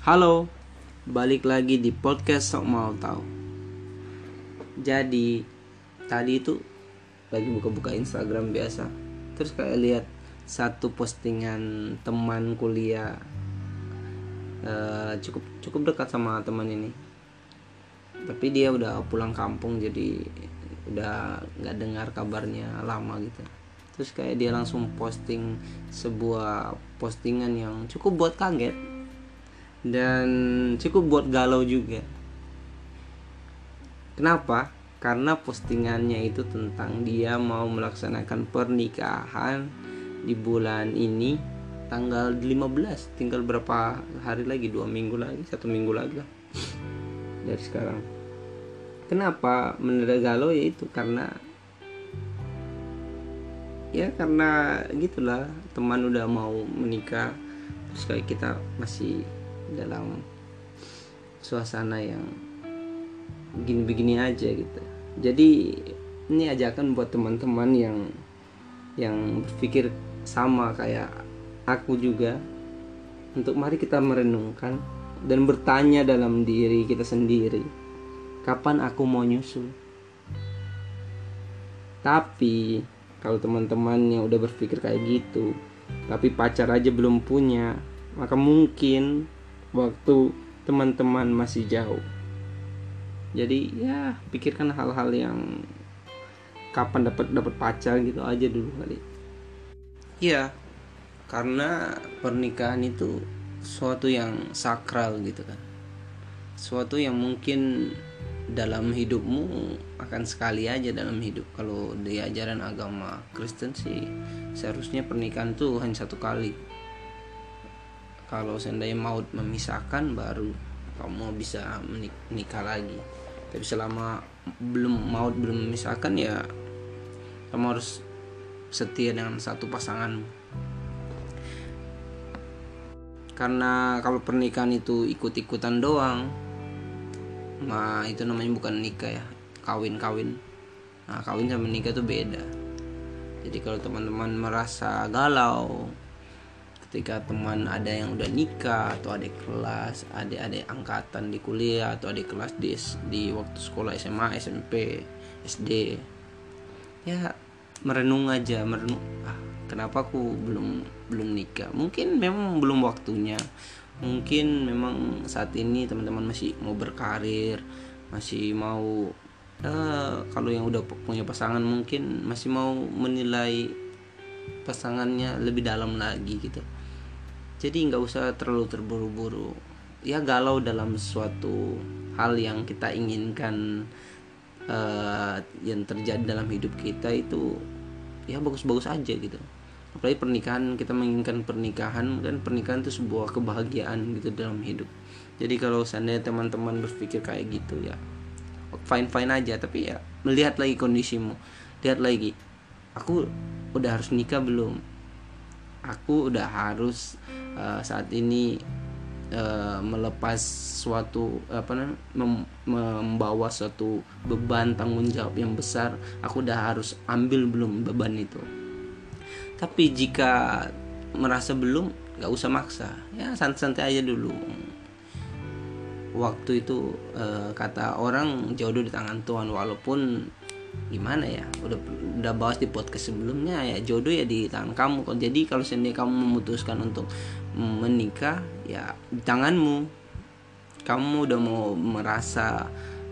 Halo, balik lagi di podcast Sok Mau Tahu. Jadi tadi itu lagi buka-buka Instagram biasa, terus kayak lihat satu postingan teman kuliah, cukup cukup dekat sama teman ini. Tapi dia udah pulang kampung, jadi udah nggak dengar kabarnya lama gitu. Terus kayak dia langsung posting sebuah postingan yang cukup buat kaget dan cukup buat galau juga. Kenapa? Karena postingannya itu tentang dia mau melaksanakan pernikahan di bulan ini tanggal 15, tinggal berapa hari lagi, 2 minggu lagi, 1 minggu lagi lah dari sekarang. Kenapa mendadak galau? Ya itu karena gitulah, teman udah mau menikah, terus kayak kita masih dalam suasana yang begini-begini aja gitu. Jadi ini ajakan buat teman-teman yang berpikir sama kayak aku juga, untuk mari kita merenungkan dan bertanya dalam diri kita sendiri, kapan aku mau nyusul. Tapi kalau teman-teman yang udah berpikir kayak gitu tapi pacar aja belum punya, maka mungkin waktu teman-teman masih jauh. Jadi ya pikirkan hal-hal yang kapan dapat pacar gitu aja dulu kali. Iya, karena pernikahan itu suatu yang sakral gitu kan. Suatu yang mungkin dalam hidupmu akan sekali aja dalam hidup. Kalau di ajaran agama Kristen sih seharusnya pernikahan tuh hanya satu kali. Kalau seandainya maut memisahkan, baru kamu bisa menikah lagi. Tapi selama maut belum memisahkan, ya kamu harus setia dengan satu pasanganmu. Karena kalau pernikahan itu ikut-ikutan doang, nah itu namanya bukan nikah ya, kawin. Nah, kawin sama nikah tuh beda. Jadi kalau teman-teman merasa galau ketika teman ada yang udah nikah, atau adik kelas, adik angkatan di kuliah, atau adik kelas di waktu sekolah SMA, SMP, SD, ya merenung aja, kenapa aku belum nikah. Mungkin memang belum waktunya, mungkin memang saat ini teman-teman masih mau berkarir, masih mau kalau yang udah punya pasangan mungkin masih mau menilai pasangannya lebih dalam lagi gitu. Jadi nggak usah terlalu terburu-buru. Ya galau dalam suatu hal yang kita inginkan yang terjadi dalam hidup kita itu ya bagus-bagus aja gitu. Apalagi pernikahan, kita menginginkan pernikahan, dan pernikahan itu sebuah kebahagiaan gitu dalam hidup. Jadi kalau seandainya teman-teman berpikir kayak gitu, ya fine aja. Tapi ya melihat lagi kondisimu, lihat lagi, aku udah harus nikah belum, aku udah harus saat ini melepas suatu membawa suatu beban tanggung jawab yang besar, aku udah harus ambil belum beban itu. Tapi jika merasa belum, gak usah maksa, ya santai-santai aja dulu. Waktu itu kata orang jodoh di tangan Tuhan. Walaupun gimana ya, udah bahas di podcast sebelumnya ya, jodoh ya di tangan kamu. Jadi kalau seandainya kamu memutuskan untuk menikah, ya di tanganmu. Kamu udah mau merasa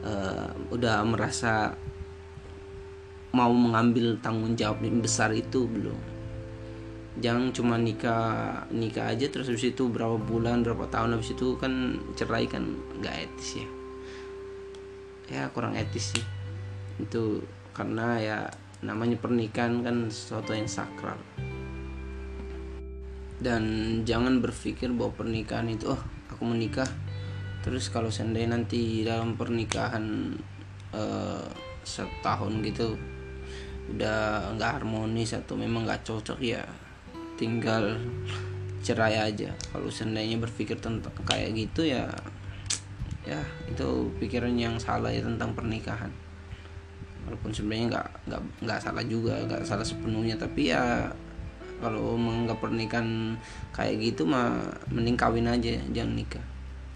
mau mengambil tanggung jawab yang besar itu belum? Jangan cuma nikah aja terus habis itu berapa bulan, berapa tahun habis itu kan cerai, kan nggak etis ya kurang etis sih itu. Karena ya namanya pernikahan kan sesuatu yang sakral. Dan jangan berpikir bahwa pernikahan itu aku menikah terus kalau seandainya nanti dalam pernikahan setahun gitu udah nggak harmonis atau memang nggak cocok, ya tinggal cerai aja. Kalau seandainya berpikir tentang kayak gitu, ya itu pikiran yang salah ya tentang pernikahan. Walaupun sebenarnya nggak salah juga, nggak salah sepenuhnya, tapi ya kalau menganggap pernikahan kayak gitu mah mending kawin aja, jangan nikah.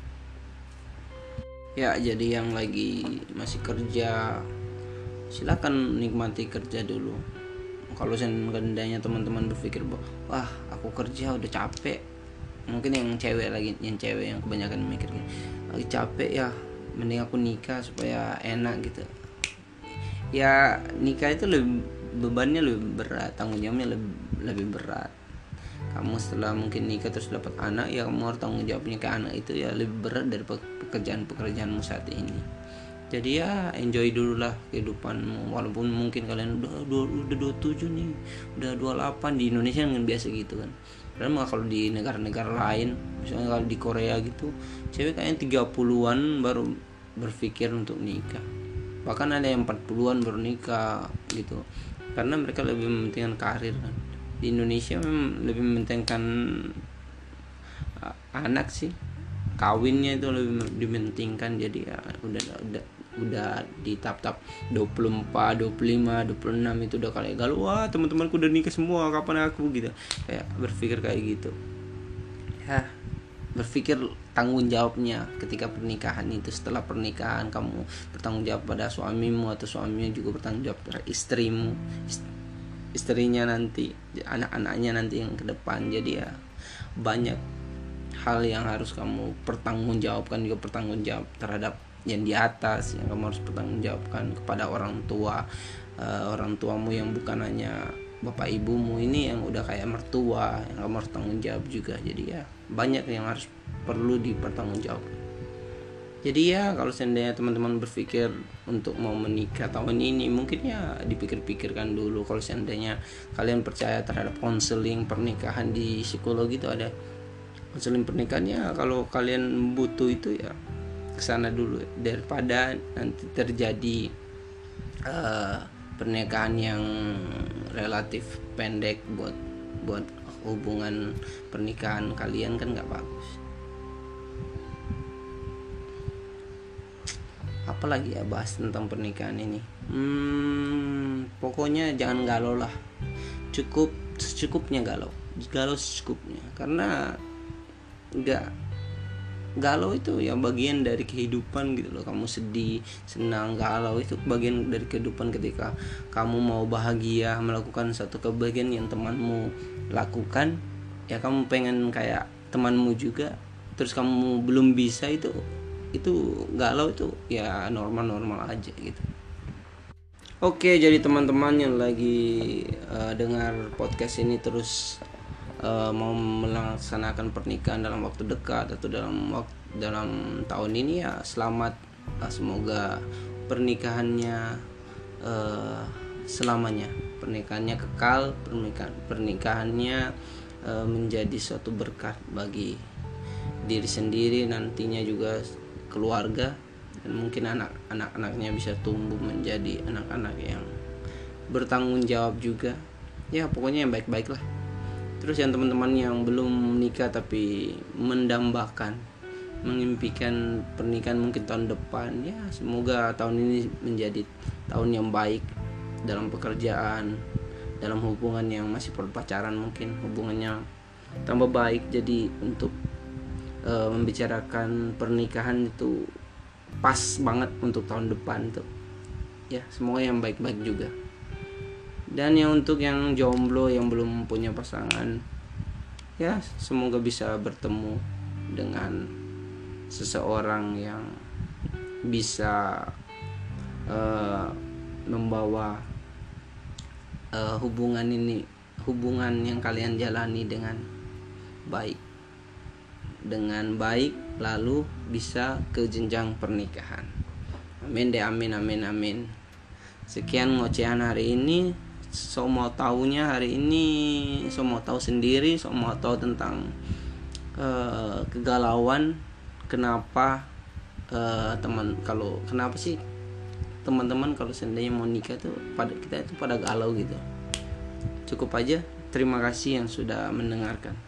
Ya, jadi yang lagi masih kerja, silakan nikmati kerja dulu. Kalau seandainya teman-teman berpikir bahwa wah aku kerja udah capek, mungkin yang cewek yang kebanyakan mikir lagi capek ya, mending aku nikah supaya enak gitu. Ya nikah itu bebannya lebih berat, tanggung jawabnya lebih berat. Kamu setelah mungkin nikah terus dapat anak, ya kamu harus tanggung jawabnya ke anak itu ya lebih berat dari pekerjaanmu saat ini. Jadi ya enjoy dulu lah kehidupanmu, walaupun mungkin kalian udah 27 nih, udah 28 di Indonesia kan biasa gitu kan. Padahal kalau di negara-negara lain, misalnya kalau di Korea gitu, cewek kayaknya 30-an baru berpikir untuk nikah. Bahkan ada yang 40-an baru nikah gitu. Karena mereka lebih mementingkan karir kan. Di Indonesia memang lebih mementingkan anak sih. Kawinnya itu lebih dimentingkan, jadi ya udah di tahap 24, 25, 26 itu udah kayak galau, wah teman-temanku udah nikah semua, kapan aku gitu. Kayak berpikir kayak gitu. Ya, berpikir tanggung jawabnya ketika pernikahan itu. Setelah pernikahan kamu bertanggung jawab pada suamimu, atau suaminya juga bertanggung jawab pada istrinya nanti, anak-anaknya nanti yang ke depan. Jadi ya banyak hal yang harus kamu pertanggungjawabkan, juga bertanggung jawab terhadap yang di atas, yang kamu harus pertanggungjawabkan kepada orang tuamu yang bukan hanya bapak ibumu, ini yang udah kayak mertua yang kamu harus tanggung jawab juga. Jadi ya banyak yang harus perlu dipertanggungjawabkan. Jadi ya kalau seandainya teman-teman berpikir untuk mau menikah tahun ini, mungkin ya dipikir-pikirkan dulu. Kalau seandainya kalian percaya terhadap konseling pernikahan, di psikologi itu ada konseling pernikahannya. Kalau kalian butuh itu ya kesana dulu, daripada nanti terjadi pernikahan yang relatif pendek buat hubungan pernikahan kalian, kan nggak bagus. Apalagi ya bahas tentang pernikahan ini, pokoknya jangan galau lah, cukup secukupnya galau secukupnya. Karena galau itu ya bagian dari kehidupan gitu loh. Kamu sedih, senang, galau itu bagian dari kehidupan. Ketika kamu mau bahagia, melakukan satu kebahagiaan yang temanmu lakukan, ya kamu pengen kayak temanmu juga, terus kamu belum bisa, itu galau, itu ya normal aja gitu. Oke, jadi teman-teman yang lagi dengar podcast ini terus mau melaksanakan pernikahan dalam waktu dekat atau dalam tahun ini, ya selamat. Semoga pernikahannya selamanya, pernikahannya kekal, pernikahannya menjadi suatu berkat bagi diri sendiri, nantinya juga keluarga, dan mungkin anak-anaknya bisa tumbuh menjadi anak-anak yang bertanggung jawab juga. Ya pokoknya yang baik-baik lah. Terus yang teman-teman yang belum menikah tapi mendambakan, mengimpikan pernikahan mungkin tahun depan, ya semoga tahun ini menjadi tahun yang baik dalam pekerjaan, dalam hubungan yang masih pacaran, mungkin hubungannya tambah baik. Jadi untuk membicarakan pernikahan itu pas banget untuk tahun depan tuh. Ya semoga yang baik-baik juga. Dan yang untuk yang jomblo yang belum punya pasangan, ya semoga bisa bertemu dengan seseorang yang bisa membawa hubungan yang kalian jalani dengan baik, lalu bisa ke jenjang pernikahan. Amin deh, amin. Sekian ngocehan hari ini. So mau tahunya hari ini, so mau tahu sendiri, so mau tahu tentang kegalauan. Kenapa kenapa sih teman-teman kalau seandainya mau nikah tuh pada galau gitu. Cukup aja. Terima kasih yang sudah mendengarkan.